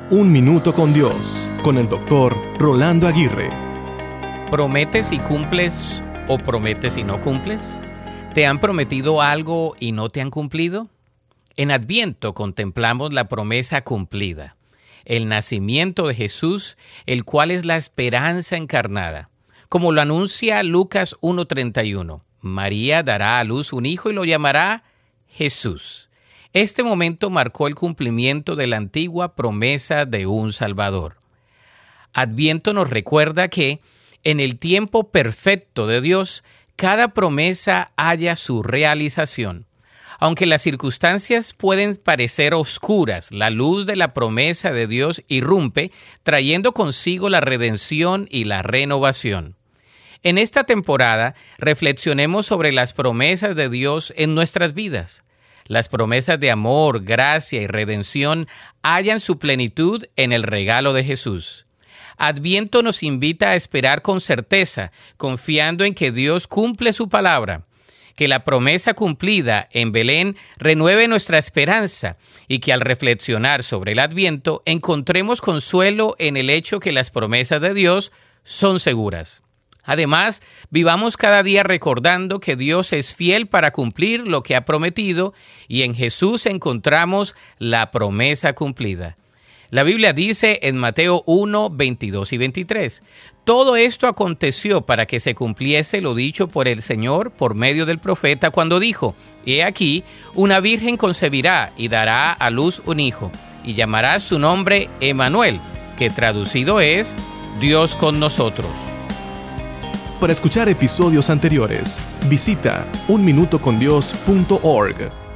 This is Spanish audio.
Un Minuto con Dios, con el doctor Rolando Aguirre. ¿Prometes y cumples o prometes y no cumples? ¿Te han prometido algo y no te han cumplido? En Adviento contemplamos la promesa cumplida, el nacimiento de Jesús, el cual es la esperanza encarnada. Como lo anuncia Lucas 1:31, María dará a luz un hijo y lo llamará Jesús. Este momento marcó el cumplimiento de la antigua promesa de un Salvador. Adviento nos recuerda que, en el tiempo perfecto de Dios, cada promesa halla su realización. Aunque las circunstancias pueden parecer oscuras, la luz de la promesa de Dios irrumpe, trayendo consigo la redención y la renovación. En esta temporada, reflexionemos sobre las promesas de Dios en nuestras vidas. Las promesas de amor, gracia y redención hallan su plenitud en el regalo de Jesús. Adviento nos invita a esperar con certeza, confiando en que Dios cumple su palabra. Que la promesa cumplida en Belén renueve nuestra esperanza y que al reflexionar sobre el Adviento encontremos consuelo en el hecho que las promesas de Dios son seguras. Además, vivamos cada día recordando que Dios es fiel para cumplir lo que ha prometido y en Jesús encontramos la promesa cumplida. La Biblia dice en Mateo 1, 22 y 23, todo esto aconteció para que se cumpliese lo dicho por el Señor por medio del profeta cuando dijo, he aquí, una virgen concebirá y dará a luz un hijo, y llamará su nombre Emmanuel, que traducido es Dios con nosotros. Para escuchar episodios anteriores, visita unminutocondios.org.